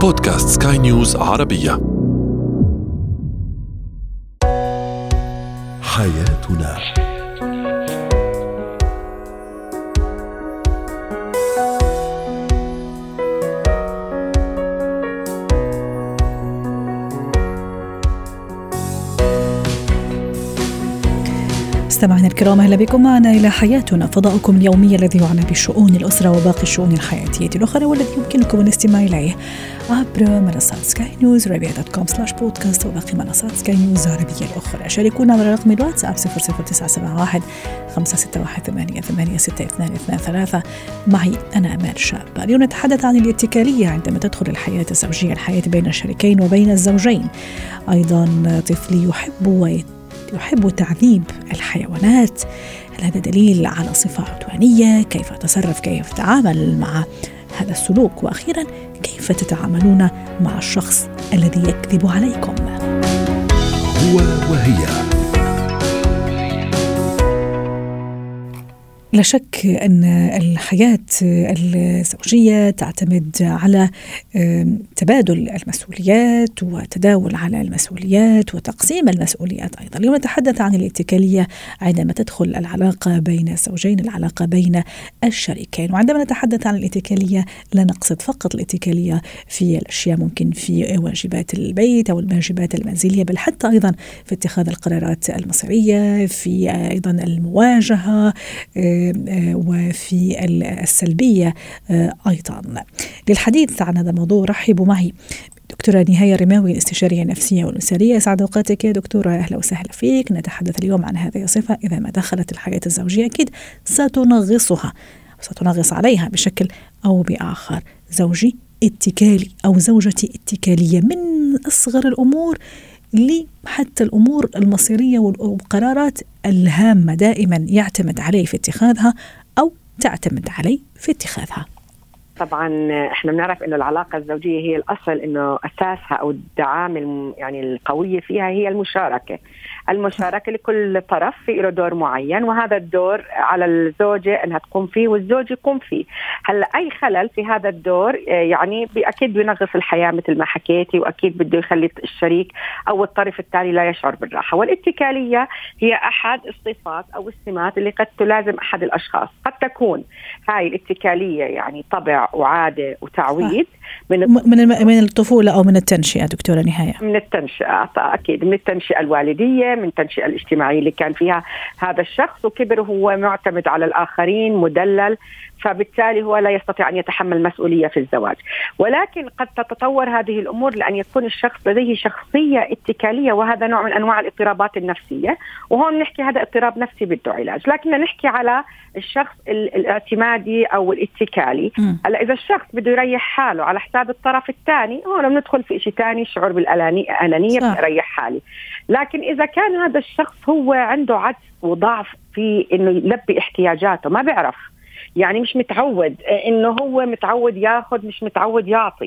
بودكاست سكاي نيوز عربية. حياتنا. مستمعينا الكرام، أهلا بكم معنا إلى حياتنا، فضاؤكم اليومي الذي يعنى بشؤون الأسرة وباقي الشؤون الحياتية الأخرى، والذي يمكنكم الاستماع إليه عبر منصات سكاي نيوز arabia.com/podcast وباقي منصات سكاي نيوز العربية الأخرى. شاركونا على رقم الواتساب 00971 561 886223. معي أنا أمال شاب. اليوم نتحدث عن الاتكالية عندما تدخل الحياة الزوجية، الحياة بين الشريكين وبين الزوجين. أيضا طفلي يحب تعذيب الحيوانات، هل هذا دليل على صفة عدوانية؟ كيف أتصرف؟ كيف أتعامل مع هذا السلوك؟ وأخيرا، كيف تتعاملون مع الشخص الذي يكذب عليكم؟ هو وهي. لا شك أن الحياة الزوجية تعتمد على تبادل المسؤوليات وتداول على المسؤوليات وتقسيم المسؤوليات. أيضا اليوم نتحدث عن الاتكالية عندما تدخل العلاقة بين الزوجين، العلاقة بين الشريكين. وعندما نتحدث عن الاتكالية لا نقصد فقط الاتكالية في الأشياء، ممكن في واجبات البيت أو الواجبات المنزلية، بل حتى أيضا في اتخاذ القرارات المصيرية، في أيضا المواجهة وفي السلبية أيضا. للحديث عن هذا الموضوع رحبوا معي دكتورة نهاية الرماوي، الاستشارية النفسية والأسرية. سعد أوقاتك يا دكتورة، أهلا وسهلا فيك. نتحدث اليوم عن هذه الصفة، إذا ما دخلت الحياة الزوجية أكيد ستنغصها وستنغص عليها بشكل أو بآخر. زوجي اتكالي أو زوجتي اتكالية، من أصغر الأمور حتى الأمور المصيرية والقرارات الهامة دائما يعتمد عليه في اتخاذها أو تعتمد عليه في اتخاذها. طبعا احنا بنعرف انه العلاقة الزوجية هي الأصل، انه أساسها أو الدعامة يعني القوية فيها هي المشاركة لكل طرف في له دور معين، وهذا الدور على الزوجة أنها تقوم فيه والزوج يقوم فيه. هلا أي خلل في هذا الدور يعني أكيد بينغص الحياة مثل ما حكيتي، وأكيد بده يخلي الشريك أو الطرف الثاني لا يشعر بالراحة. والاتكالية هي أحد الصفات أو السمات اللي قد تلازم أحد الأشخاص. قد تكون هاي الاتكالية يعني طبع وعادة وتعويد من الطفولة أو من التنشئة. دكتورة نهاية، من التنشئة أكيد، من التنشئة الوالدية، من التنشئة الاجتماعية اللي كان فيها هذا الشخص وكبر هو معتمد على الآخرين، مدلل، فبالتالي هو لا يستطيع أن يتحمل مسؤولية في الزواج. ولكن قد تتطور هذه الأمور لأن يكون الشخص لديه شخصية اتكالية، وهذا نوع من أنواع الاضطرابات النفسية، وهون نحكي هذا اضطراب نفسي بده علاج. لكن نحكي على الشخص الاعتمادي أو الاتكالي. هلا إذا الشخص بده يريح حاله على حساب الطرف الثاني، هون بندخل في شيء ثاني، شعور بالأنانية، بريح حالي. لكن إذا كان هذا الشخص هو عنده عجز وضعف في إنه يلبي احتياجاته، ما بيعرف، يعني مش متعود، إنه هو متعود ياخذ مش متعود يعطي،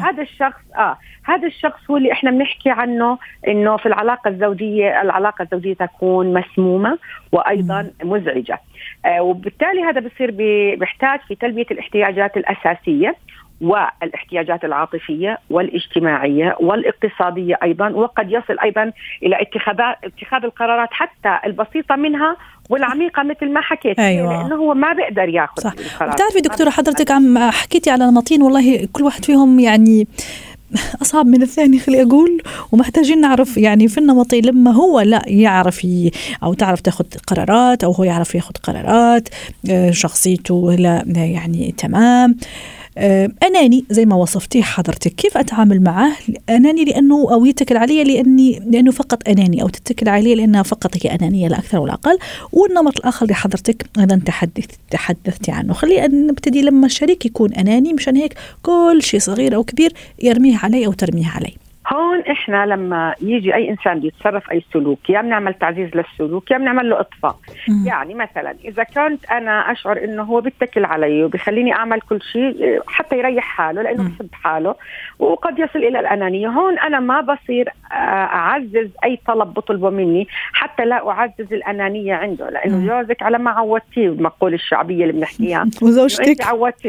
هذا الشخص هو اللي إحنا بنحكي عنه إنه في العلاقة الزوجية تكون مسمومة وأيضا مزعجة. وبالتالي هذا بصير بيحتاج في تلبية الاحتياجات الأساسية والاحتياجات العاطفية والاجتماعية والاقتصادية أيضا، وقد يصل أيضا إلى اتخاذ القرارات حتى البسيطة منها والعميقة مثل ما حكيت. أيوة. لأنه هو ما بيقدر ياخذ القرار. بتعرفي دكتورة، حضرتك عم حكيتي على نمطين، والله كل واحد فيهم يعني أصعب من الثاني، خلي أقول، ومحتاجين نعرف يعني في النمطين لما هو لا يعرف أو تعرف تاخد قرارات، أو هو يعرف ياخد قرارات، شخصيته لا يعني تمام، أناني زي ما وصفتيه حضرتك. كيف أتعامل معه؟ أناني لأنه أو يتكل علي لأنه فقط أناني، أو تتكل عليه لأنها فقط هي أنانية لا أكثر ولا أقل. والنمط الآخر اللي حضرتك أيضا تحدثتي عنه، خلي نبتدي لما الشريك يكون أناني، مشان هيك كل شيء صغير أو كبير يرميه علي أو ترميه علي. هون إحنا لما يجي أي إنسان بيتصرف أي سلوك، يا بنعمل تعزيز للسلوك يا بنعمل له إطفاء. يعني مثلا إذا كنت أنا أشعر إنه هو بيتكل علي وبيخليني أعمل كل شيء حتى يريح حاله لأنه بحب حاله وقد يصل إلى الأنانية، هون أنا ما بصير أعزز أي طلب بطلبه مني حتى لا أعزز الأنانية عنده، لأنه جوزك على ما عودتيه، المقولة الشعبية اللي بنحكيها، وزوجتك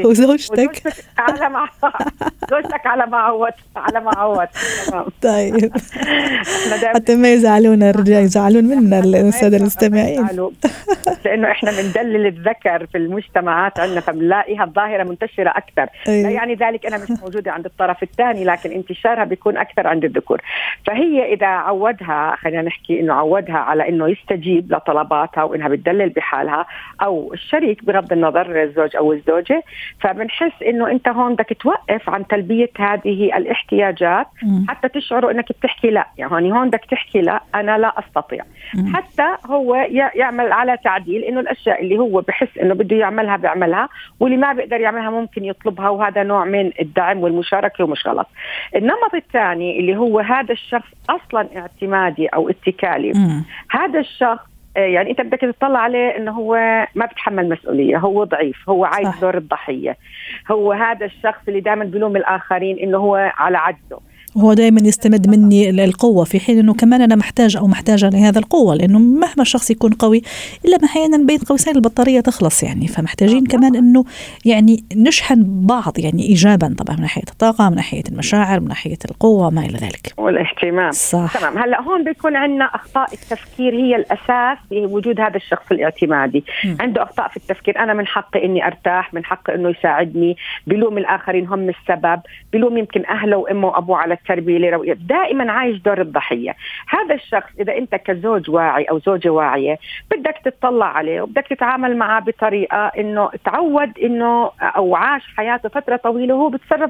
على ما زوجتك على ما عودت. طيب حتى ما يزعلون الرجال، يزعلون منا السادة المستمعين، لأنه إحنا بندلل الذكر في المجتمعات عندنا فبنلاقيها الظاهرة منتشرة أكثر. لا يعني ذلك أنا مش موجودة عند الطرف الثاني، لكن انتشارها بيكون أكثر عند الذكور. فهي إذا عودها، خلينا نحكي إنه عودها على إنه يستجيب لطلباتها وإنها بتدلل بحالها، أو الشريك بغض النظر الزوج أو الزوجة، فبنحس إنه أنت هون بدك توقف عن تلبية هذه الاحتياجات حتى تشعروا إنك بتحكي لا. يعني هون بدك تحكي لا، أنا لا أستطيع. حتى هو يعمل على تعديل إنه الأشياء اللي هو بحس إنه بده يعملها بيعملها، واللي ما بيقدر يعملها ممكن يطلبها، وهذا نوع من الدعم والمشاركة ومش غلط. النمط الثاني اللي هو هذا الشخص أصلا اعتمادي أو اتكالي، هذا الشخص يعني أنت بدك تطلع عليه إنه هو ما بتحمل مسؤولية، هو ضعيف، هو عايز دور الضحية، هو هذا الشخص اللي دائما بيلوم الآخرين إنه هو على عجزه، هو دائما يستمد مني القوة، في حين أنه كمان أنا محتاج أو محتاجة لهذا القوة، لأنه مهما الشخص يكون قوي إلا ما أحيانا بين قوسين البطارية تخلص يعني. فمحتاجين كمان أنه يعني نشحن بعض يعني إيجابا، طبعا من ناحية الطاقة، من ناحية المشاعر، من ناحية القوة، ما إلى ذلك والاهتمام. صح. تمام. هلأ هون بيكون عندنا أخطاء التفكير هي الأساس في وجود هذا الشخص الاعتمادي. عنده أخطاء في التفكير، أنا من حقي إني أرتاح، من حقي إنه يساعدني، بلوم الآخرين هم السبب، بلوم يمكن أهله وأمه وأبوه على التربية، دائما عايش دور الضحية. هذا الشخص إذا أنت كزوج واعي أو زوجة واعية بدك تطلع عليه وبدك تتعامل معه بطريقة إنه تعود إنه أو عاش حياته فترة طويلة وهو بتصرف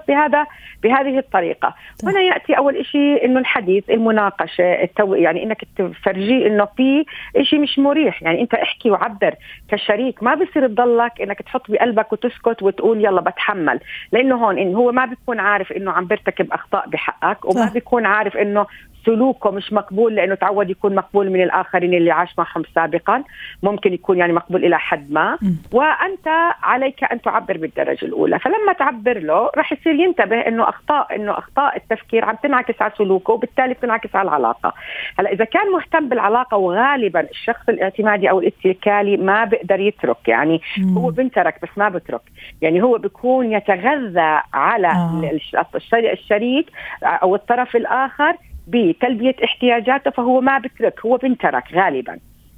بهذه الطريقة. هنا يأتي أول إشي إنه الحديث، المناقشة، يعني إنك تفرجيه إنه في إشي مش مريح. يعني أنت احكي وعبر كشريك، ما بيصير تضلك إنك تحط بقلبك وتسكت وتقول يلا بتحمل، لأنه هون إنه هو ما بيكون عارف إنه عم بيرتكب أخطاء بحقك، وما بيكون عارف إنه سلوكه مش مقبول لأنه تعود يكون مقبول من الآخرين اللي عاش معهم سابقا، ممكن يكون يعني مقبول إلى حد ما، وأنت عليك أن تعبر بالدرجة الأولى. فلما تعبر له راح يصير ينتبه إنه أخطاء التفكير عم تنعكس على سلوكه وبالتالي بتنعكس على العلاقة. هلا إذا كان مهتم بالعلاقة، وغالبا الشخص الاعتمادي أو الاتكالي ما بيقدر يترك، يعني هو بنترك بس ما بترك، يعني هو بيكون يتغذى على الشريك أو الطرف الآخر بتلبية احتياجاته، فهو ما بترك، هو بنترك غالبا.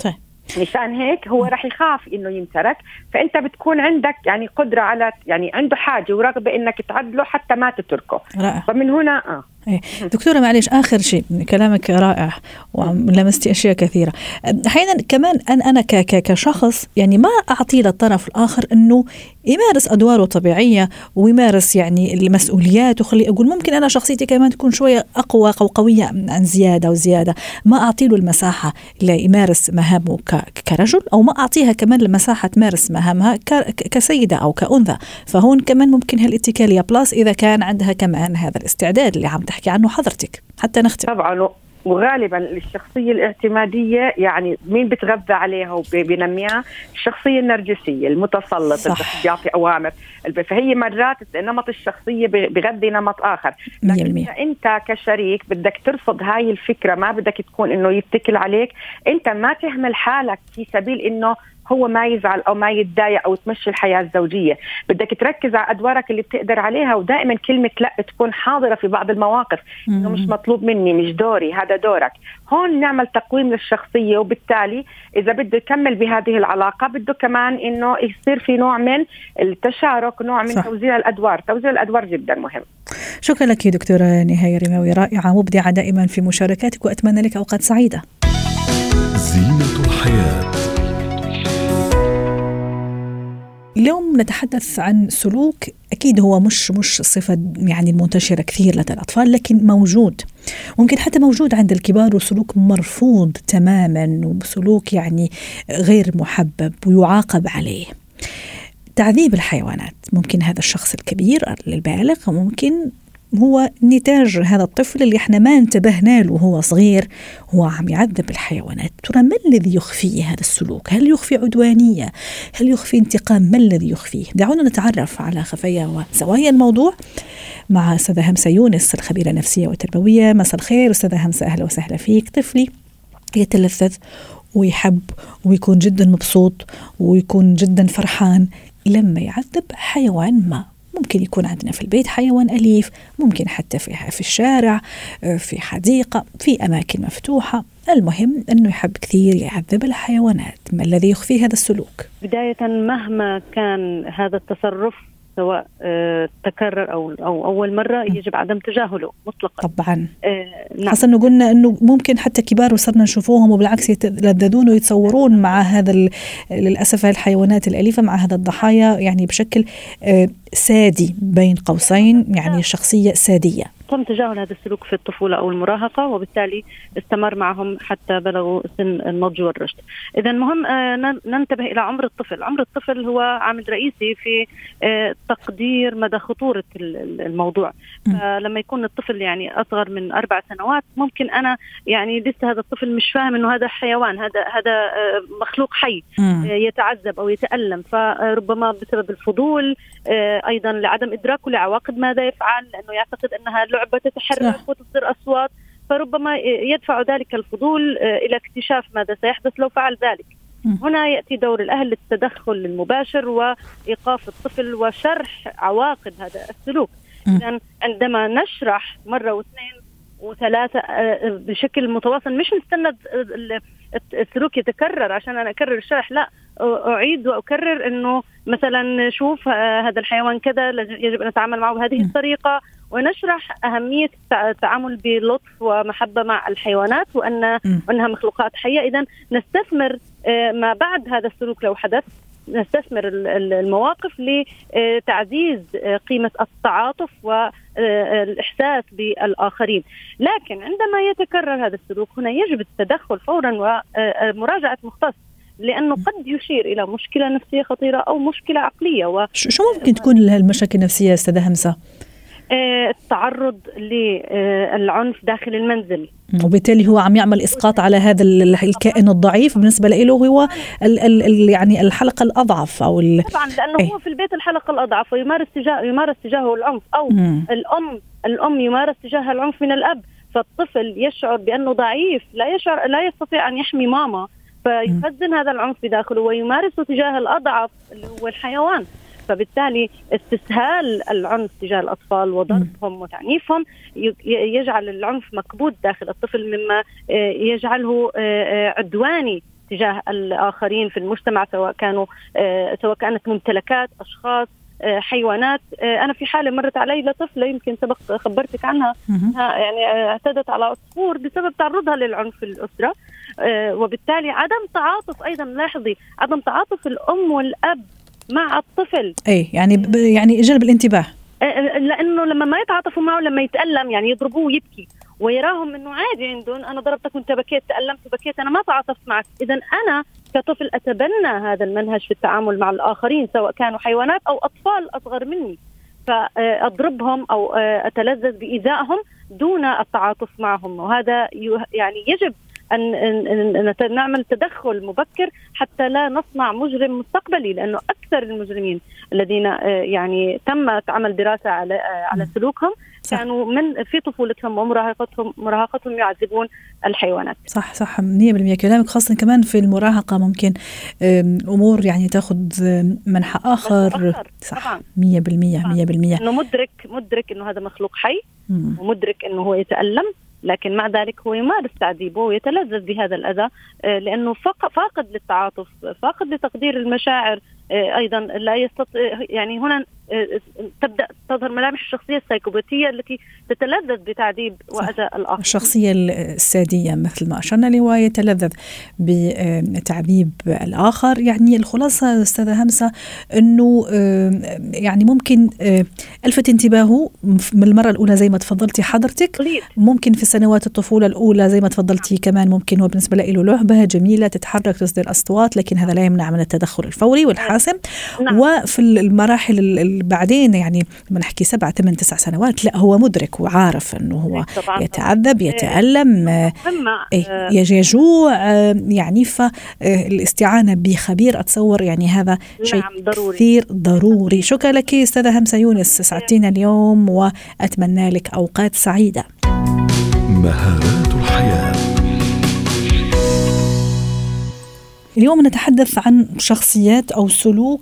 مشان هيك هو رح يخاف إنه ينترك، فأنت بتكون عندك يعني قدرة على يعني عنده حاجة ورغبة إنك تعدله حتى ما تتركه. رائع. فمن هنا دكتورة معلش آخر شيء، كلامك رائع ولمستي أشياء كثيرة. أحيانا كمان أنا كشخص يعني ما أعطي للطرف الآخر أنه يمارس أدواره طبيعية ويمارس يعني المسؤوليات، وخلي أقول ممكن أنا شخصيتي كمان تكون شوية أقوى أو قوية عن زيادة، ما أعطي له المساحة ليمارس مهامه كرجل، أو ما أعطيها كمان المساحة تمارس مهامها كسيدة أو كأنثى. فهون كمان ممكن هالاتكالية بلاس إذا كان عندها كمان هذا الاستعداد اللي عم تحكي عنه حضرتك. حتى نختم طبعا. وغالبا الشخصية الاعتمادية يعني مين بتغذى عليها وبينميها؟ الشخصية النرجسية المتسلط اللي بيعطي أوامر، فهي مرات نمط الشخصية بغذي نمط آخر. لكن أنت كشريك بدك ترفض هاي الفكرة، ما بدك تكون إنه يتكل عليك، أنت ما تهمل حالك في سبيل إنه هو ما يزعل أو ما يتضايق أو تمشي الحياة الزوجية. بدك تركز على أدوارك اللي بتقدر عليها، ودائما كلمة لا تكون حاضرة في بعض المواقف، إنه مش مطلوب مني، مش دوري، هذا دورك. هون نعمل تقويم للشخصية، وبالتالي إذا بده يكمل بهذه العلاقة بده كمان إنه يصير في نوع من التشارك، نوع من توزيع الأدوار. توزيع الأدوار جدا مهم. شكرا لك دكتورة نهاية رماوي، رائعة مبدعة دائما في مشاركاتك، وأتمنى لك أوقات سعيدة. زينة الحياة. اليوم نتحدث عن سلوك أكيد هو مش صفة يعني منتشرة كثير لدى الأطفال، لكن موجود، ممكن حتى موجود عند الكبار، وسلوك مرفوض تماما، وسلوك يعني غير محبب ويعاقب عليه. تعذيب الحيوانات. ممكن هذا الشخص الكبير البالغ ممكن هو نتاج هذا الطفل اللي احنا ما انتبهنا له وهو صغير، هو عم يعذب الحيوانات. ترى ما الذي يخفيه هذا السلوك؟ هل يخفي عدوانية؟ هل يخفي انتقام؟ ما الذي يخفيه؟ دعونا نتعرف على خفايا وزوايا الموضوع مع أستاذة همسة يونس، الخبيرة النفسية والتربوية. مساء الخير أستاذة همسة، أهلا وسهلا فيك. طفلي يتلذذ ويحب ويكون جدا مبسوط ويكون جدا فرحان لما يعذب حيوان ما. ممكن يكون عندنا في البيت حيوان أليف، ممكن حتى في الشارع، في حديقة، في أماكن مفتوحة. المهم أنه يحب كثير يعذب الحيوانات. ما الذي يخفي هذا السلوك؟ بداية مهما كان هذا التصرف سواء تكرر أو أول مرة يجب عدم تجاهله مطلقا. طبعا نعم. خاصة أنه قلنا أنه ممكن حتى كبار وصرنا نشوفوهم وبالعكس يتلذذون ويتصورون مع هذا للأسف الحيوانات الأليفة مع هذا الضحايا، يعني بشكل سادي بين قوسين، يعني شخصية سادية. تم تجاهل هذا السلوك في الطفولة أو المراهقة وبالتالي استمر معهم حتى بلغوا سن النضج والرشد. إذا مهم ننتبه إلى عمر الطفل. عمر الطفل هو عامل رئيسي في تقدير مدى خطورة الموضوع. فلما يكون الطفل يعني أصغر من 4 سنوات ممكن أنا يعني لسه هذا الطفل مش فاهم إنه هذا حيوان، هذا مخلوق حي يتعذب أو يتألم، فربما بسبب الفضول، أيضا لعدم إدراكه لعواقب ماذا يفعل، لأنه يعتقد أنها لعبة تتحرك وتصدر أصوات، فربما يدفع ذلك الفضول إلى اكتشاف ماذا سيحدث لو فعل ذلك. هنا يأتي دور الأهل للتدخل المباشر وإيقاف الطفل وشرح عواقب هذا السلوك. إذن عندما نشرح مرة واثنين وثلاثة بشكل متواصل، مش نستنى السلوك يتكرر عشان أنا أكرر الشرح، لا، أعيد وأكرر أنه مثلا شوف هذا الحيوان كذا، يجب أن نتعامل معه بهذه الطريقة، ونشرح أهمية التعامل بلطف ومحبة مع الحيوانات وأنها مخلوقات حية. إذن نستثمر ما بعد هذا السلوك لو حدث، نستثمر المواقف لتعزيز قيمة التعاطف والإحساس بالآخرين. لكن عندما يتكرر هذا السلوك هنا يجب التدخل فورا ومراجعة مختص، لأنه قد يشير إلى مشكلة نفسية خطيرة أو مشكلة عقلية. شو ممكن تكون المشاكل النفسية أستاذة همسة؟ التعرض للعنف داخل المنزل، وبالتالي هو عم يعمل إسقاط على هذا الكائن الضعيف بالنسبة له، هو يعني الحلقة الأضعف أو طبعا لأنه هو في البيت الحلقة الأضعف، ويمارس تجاهه العنف، أو الأم يمارس تجاهها العنف من الأب، فالطفل يشعر بأنه ضعيف، لا يستطيع أن يحمي ماما، فيخزن هذا العنف بداخله ويمارس تجاه الأضعف اللي هو الحيوان. فبالتالي استسهال العنف تجاه الأطفال وضربهم وتعنيفهم يجعل العنف مكبوت داخل الطفل، مما يجعله عدواني تجاه الآخرين في المجتمع، سواء كانت ممتلكات، أشخاص، حيوانات. أنا في حالة مرت علي لطفلة يمكن سبق خبرتك عنها، يعني اعتدت على عصفور بسبب تعرضها للعنف في الأسرة، وبالتالي عدم تعاطف، أيضا لاحظي عدم تعاطف الأم والأب مع الطفل. يعني جلب الانتباه، لأنه لما ما يتعاطفوا معه، لما يتألم يعني يضربوه ويبكي ويراهم أنه عادي عندهم، أنا ضربتك وانت بكيت، تألمت وبكيت، أنا ما تعاطفت معك. إذن أنا كطفل أتبنى هذا المنهج في التعامل مع الآخرين، سواء كانوا حيوانات أو أطفال أصغر مني، فأضربهم أو أتلذذ بإيذائهم دون التعاطف معهم. وهذا يعني يجب أن نعمل تدخل مبكر حتى لا نصنع مجرم مستقبلي، لأنه أكثر المجرمين الذين يعني تم عمل دراسة على سلوكهم كانوا في طفولتهم ومراهقتهم يعذبون الحيوانات. صح 100% كلامك، خاصة كمان في المراهقة ممكن أمور يعني تأخذ منحى آخر. صح 100%. إنه مدرك إنه هذا مخلوق حي، ومدرك إنه هو يتألم، لكن مع ذلك هو يمارس تعذيبه ويتلذذ بهذا الأذى، لأنه فاقد للتعاطف، فاقد لتقدير المشاعر. أيضا لا يستطيع، يعني هنا تبدأ تظهر ملامح الشخصية السايكوباتية التي تتلذذ بتعذيب وأذى الآخر. الشخصية السادية مثل ما أشرنا لي، ويتلذذ بتعذيب الآخر. يعني الخلاصة أستاذة همسة أنه يعني ممكن ألفت انتباهه من المرة الأولى زي ما تفضلتي حضرتك، ممكن في سنوات الطفولة الأولى زي ما تفضلتي كمان ممكن هو بالنسبة له لعبة جميلة تتحرك تصدر أصوات، لكن هذا لا يمنع من التدخل الفوري والحاسم. وفي المراحل بعدين يعني لما نحكي 7 8 9 سنوات لا هو مدرك وعارف أنه هو يتعذب يتألم يجوع يعني. فالاستعانة بخبير أتصور يعني هذا شيء كثير ضروري. شكرا لك أستاذة همسة يونس، سعدتينا اليوم وأتمنى لك أوقات سعيدة. مهارات الحياة. اليوم نتحدث عن شخصيات أو سلوك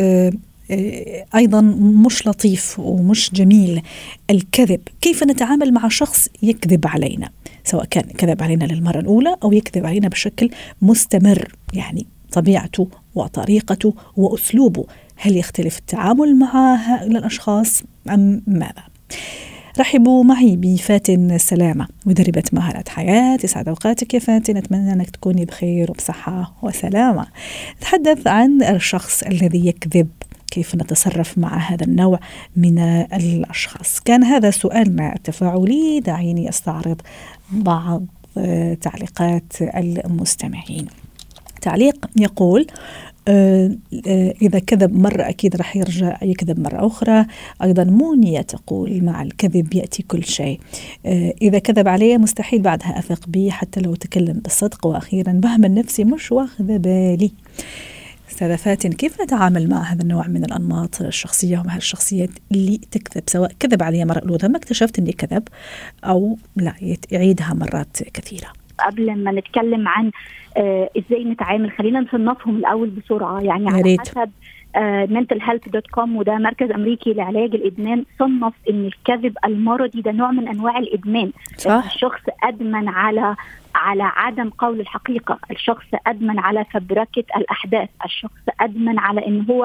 أيضا مش لطيف ومش جميل، الكذب. كيف نتعامل مع شخص يكذب علينا، سواء كان كذب علينا للمرة الأولى أو يكذب علينا بشكل مستمر، يعني طبيعته وطريقته وأسلوبه، هل يختلف التعامل مع هؤلاء الأشخاص أم ماذا؟ رحبوا معي بفاتن سلامة، مدربة مهارات حياة. يسعد أوقاتك يا فاتن، أتمنى أنك تكوني بخير وبصحة وسلامة. نتحدث عن الشخص الذي يكذب، كيف نتصرف مع هذا النوع من الأشخاص. كان هذا سؤالنا التفاعلي، دعيني أستعرض بعض تعليقات المستمعين. تعليق يقول إذا كذب مرة أكيد رح يرجع يكذب مرة أخرى. أيضا مونية تقول مع الكذب يأتي كل شيء، إذا كذب علي مستحيل بعدها أثق به حتى لو تكلم بالصدق. وأخيرا بهمل نفسي مش واخذة بالي. أستاذة فاتن، كيف نتعامل مع هذا النوع من الأنماط الشخصية ومع الشخصيات اللي تكذب، سواء كذب علي مرة أولى ما اكتشفت أني كذب أو لا يعيدها مرات كثيرة؟ قبل ما نتكلم عن ازاي نتعامل، خلينا نصنفهم الاول بسرعه. يعني على حسب mentalhealth.com، وده مركز امريكي لعلاج الادمان، صنف ان الكذب المرضي ده نوع من انواع الادمان. الشخص ادمن على عدم قول الحقيقه، الشخص ادمن على فبركه الاحداث، الشخص ادمن على ان هو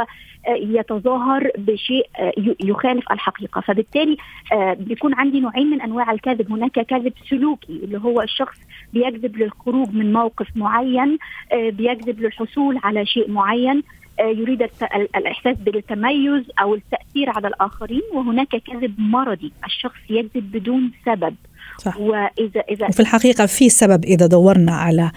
يتظاهر بشيء يخالف الحقيقه. فبالتالي بيكون عندي نوعين من انواع الكذب. هناك كذب سلوكي اللي هو الشخص بيكذب للخروج من موقف معين، بيكذب للحصول على شيء معين، يريد الإحساس بالتميز أو التأثير على الآخرين. وهناك كذب مرضي، الشخص يكذب بدون سبب. صح. وفي الحقيقة في سبب إذا دورنا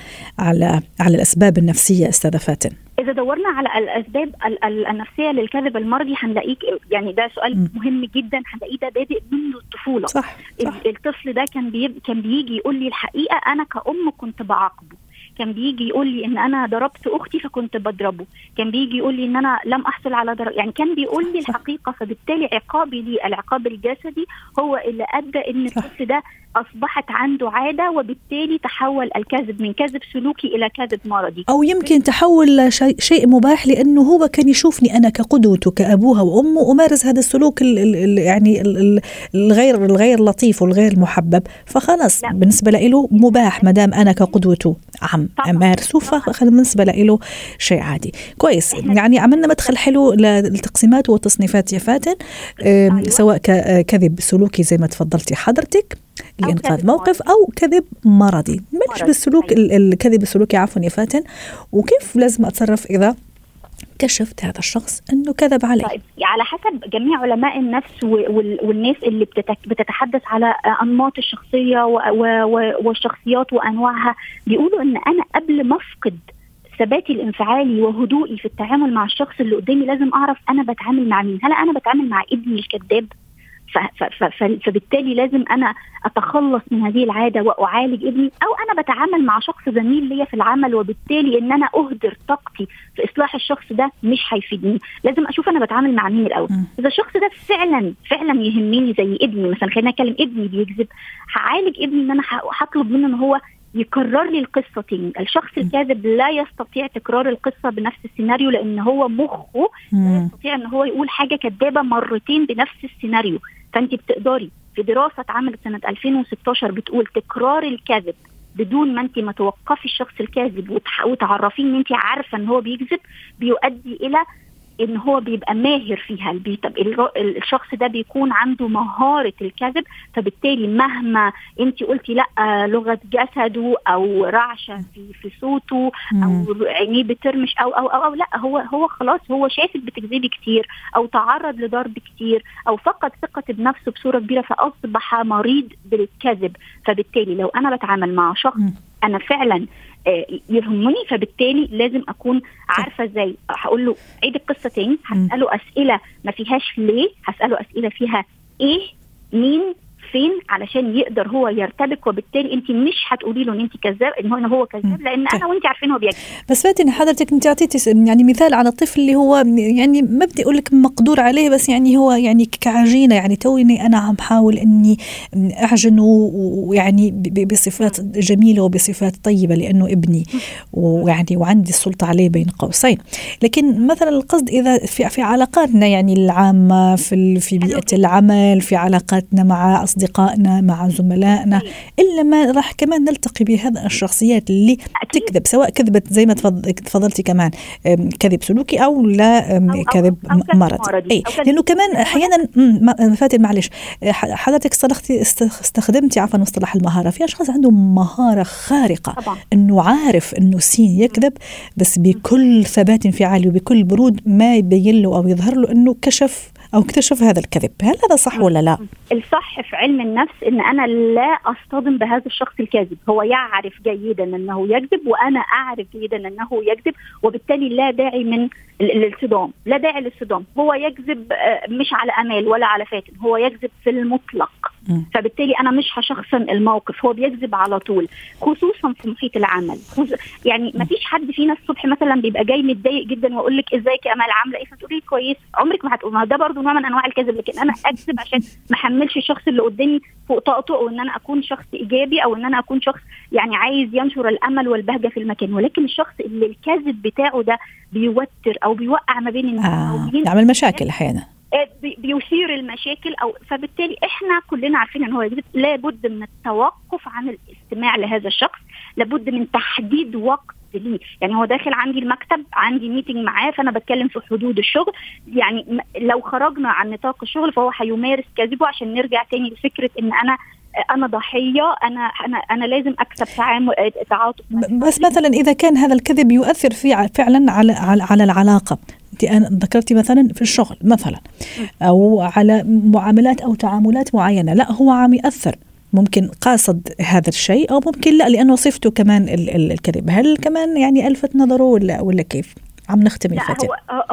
على الأسباب النفسية. أستاذة فاتن، إذا دورنا على الأسباب النفسية للكذب المرضي هنلاقيك، يعني ده سؤال مهم جدا، هنلاقيه ده بادئ منذ الطفولة. صح. الطفل ده كان بيجي يقول لي الحقيقة، أنا كأم كنت بعاقبه. كان بيجي يقول لي ان انا ضربت اختي فكنت بضربه. كان بيجي يقول لي ان انا لم احصل على يعني كان بيقول لي الحقيقه. فبالتالي عقابي لي، العقاب الجسدي، هو اللي ادى ان الطفل ده اصبحت عنده عاده، وبالتالي تحول الكذب من كذب سلوكي الى كذب مرضي، او يمكن تحول شيء مباح لانه هو كان يشوفني انا كقدوته كابوها وامه امارس هذا السلوك يعني الغير لطيف والغير محبب، فخلاص بالنسبه له مباح ما دام انا كقدوته امارسه، فبالنسبه له شيء عادي. كويس، يعني عملنا مدخل حلو للتقسيمات والتصنيفات يا فاتن. سواء كذب سلوكي زي ما تفضلتي حضرتك لإنقاذ موقف، أو كذب مرضي. مش بالسلوك الكذب السلوكي عفوا يا فاتن، وكيف لازم أتصرف إذا كشفت هذا الشخص أنه كذب علي؟ طيب، على حسب جميع علماء النفس والناس اللي بتتحدث على أنماط الشخصية والشخصيات وأنواعها، بيقولوا أن أنا قبل ما أفقد ثباتي الانفعالي وهدوئي في التعامل مع الشخص اللي قدامي لازم أعرف أنا بتعامل مع مين. هل أنا بتعامل مع ابني الكذاب؟ فبالتالي لازم أنا أتخلص من هذه العادة وأعالج ابني، أو أنا بتعامل مع شخص زميل ليا في العمل، وبالتالي إن أنا أهدر طاقتي في إصلاح الشخص ده مش هيفيدني. لازم أشوف أنا بتعامل مع مين الأول. إذا الشخص ده فعلا يهمني زي ابني مثلا، خلينا نتكلم ابني بيكذب، هعالج ابني إن أنا هطلب منه إن هو يكرر لي القصة تاني. الشخص الكاذب لا يستطيع تكرار القصة بنفس السيناريو، لأن هو مخه لا يستطيع أن هو يقول حاجة كذابة مرتين بنفس السيناريو. فأنت بتقدري، في دراسة اتعملت سنة 2016 بتقول تكرار الكذب بدون ما أنت ما توقفي الشخص الكاذب وتعرفين أن أنت عارفة أن هو بيكذب، بيؤدي إلى ان هو بيبقى ماهر فيها. الشخص ده بيكون عنده مهارة الكذب، فبالتالي مهما انت قلتي لا لغة جسده او رعشة في صوته او عينيه بترمش او لا، هو خلاص هو شافك بتكذبي كتير، او تعرض لضرب كتير، او فقد ثقته بنفسه بصورة كبيرة فاصبح مريض بالكذب. فبالتالي لو انا بتعامل مع شخص انا فعلا يهمني، فبالتالي لازم اكون عارفه ازاي. هقول له عيد القصه تاني، هساله اسئله ما فيهاش ليه، هساله اسئله فيها ايه، مين، فين، علشان يقدر هو يرتبك، وبالتالي انت مش هتقولي له ان انت كذاب، ان هو كذاب، لان انا وانت عارفين هو بيكذب. بس فاتن حضرتك انت اعطيتي يعني مثال على طفل اللي هو يعني ما بدي اقول لك مقدور عليه، بس يعني هو يعني كعجينه، يعني تويني انا عم حاول اني اعجنه ويعني بصفات جميله وبصفات طيبه لانه ابني، ويعني وعندي السلطه عليه بين قوسين. لكن مثلا القصد اذا في علاقاتنا يعني العامه، في بيئه العمل، في علاقاتنا مع أصدقائنا، مع زملائنا، إلا ما راح كمان نلتقي بهذا الشخصيات اللي تكذب، سواء كذبت زي ما تفضلتي كمان كذب سلوكي أو لا كذب مرضي. لأنه كمان أحيانا فاتن معلش حضرتك استخدمتي مصطلح المهارة. في أشخاص عندهم مهارة خارقة طبعا. إنه عارف إنه سين يكذب، بس بكل ثبات انفعالي وبكل برود ما يبين له أو يظهر له إنه كشف أو اكتشف هذا الكذب. هل هذا صح ولا لا؟ الصح في علم النفس إن أنا لا أصطدم بهذا الشخص الكاذب. هو يعرف جيدا أنه يكذب وأنا أعرف جيدا أنه يكذب، وبالتالي لا داعي من الصدام، لا داعي للصدام. هو يكذب مش على أمال ولا على فاتن، هو يكذب في المطلق. فبالتالي أنا مش هشخصن الموقف، هو بيكذب على طول، خصوصا في محيط العمل. يعني ما فيش حد فينا الصبح مثلا بيبقى جاي متضايق جدا وأقول لك إزيك يا أمال، عاملة إيه، فتقولي كويس. عمرك ما هتقول. ده برضو نوع من أنواع الكذب. لكن أنا أكذب عشان ما حملش الشخص اللي قدامي فوق طاقته، أو إن أنا أكون شخص إيجابي، أو إن أنا أكون شخص يعني عايز ينشر الأمل والبهجة في المكان. ولكن الشخص اللي الكذب بتاعه ده بيوتر أو بيوقع ما بين الناس، يعمل مشاكل أحيانا، بيثير المشاكل، أو فبالتالي إحنا كلنا عارفين إن هو يكذب. لابد من التوقف عن الاستماع لهذا الشخص، لابد من تحديد وقت ليه. يعني هو داخل عندي المكتب، عندي ميتنج معاه، فأنا بتكلم في حدود الشغل. يعني لو خرجنا عن نطاق الشغل فهو هيمارس كذبه، عشان نرجع تاني لفكرة إن أنا ضحية، أنا لازم أكسب تعاطف. بس مثلا إذا كان هذا الكذب يؤثر فعلا على العلاقة، أنا ذكرتي مثلا في الشغل مثلا، أو على معاملات أو تعاملات معينة، لا هو عم يأثر، ممكن قاصد هذا الشيء أو ممكن لا لأنه صفته كمان الكذب. هل كمان يعني ألفت نظره ولا كيف؟ عم نختم الفترة.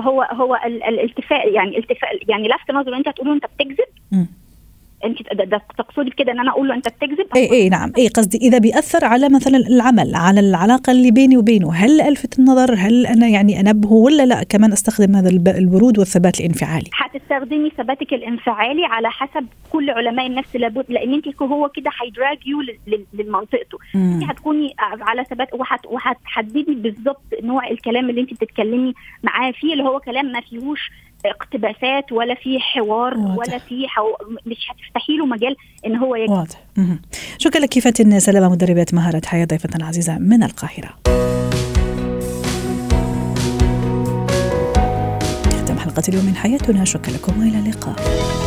هو الالتفاء، يعني لفت نظره. أنت تقوله أنت بتكذب، انت ده تقصدي بكده ان انا اقول له انت بتكذب؟ اي نعم، قصدي اذا بيأثر على مثلا العمل، على العلاقه اللي بيني وبينه، هل الفت النظر، هل انا يعني انبهه، ولا لا كمان استخدم هذا البرود والثبات الانفعالي؟ هتستخدمي ثباتك الانفعالي على حسب كل علماء النفس، لابد، لان انت هو كده هيدراج يو لمنطقته. انت هتكوني على ثبات وهتحددي بالظبط نوع الكلام اللي انت بتتكلمي معاه فيه، اللي هو كلام ما فيهوش اقتباسات ولا في حوار ولا في مش هتفتحي له مجال ان هو يجي. واضح. شكرا لك فاتن سلامة، مدربة مهارة حياة، ضيفتنا العزيزة من القاهرة. ختم حلقة اليوم من حياتنا، شكرا لكم وإلى اللقاء.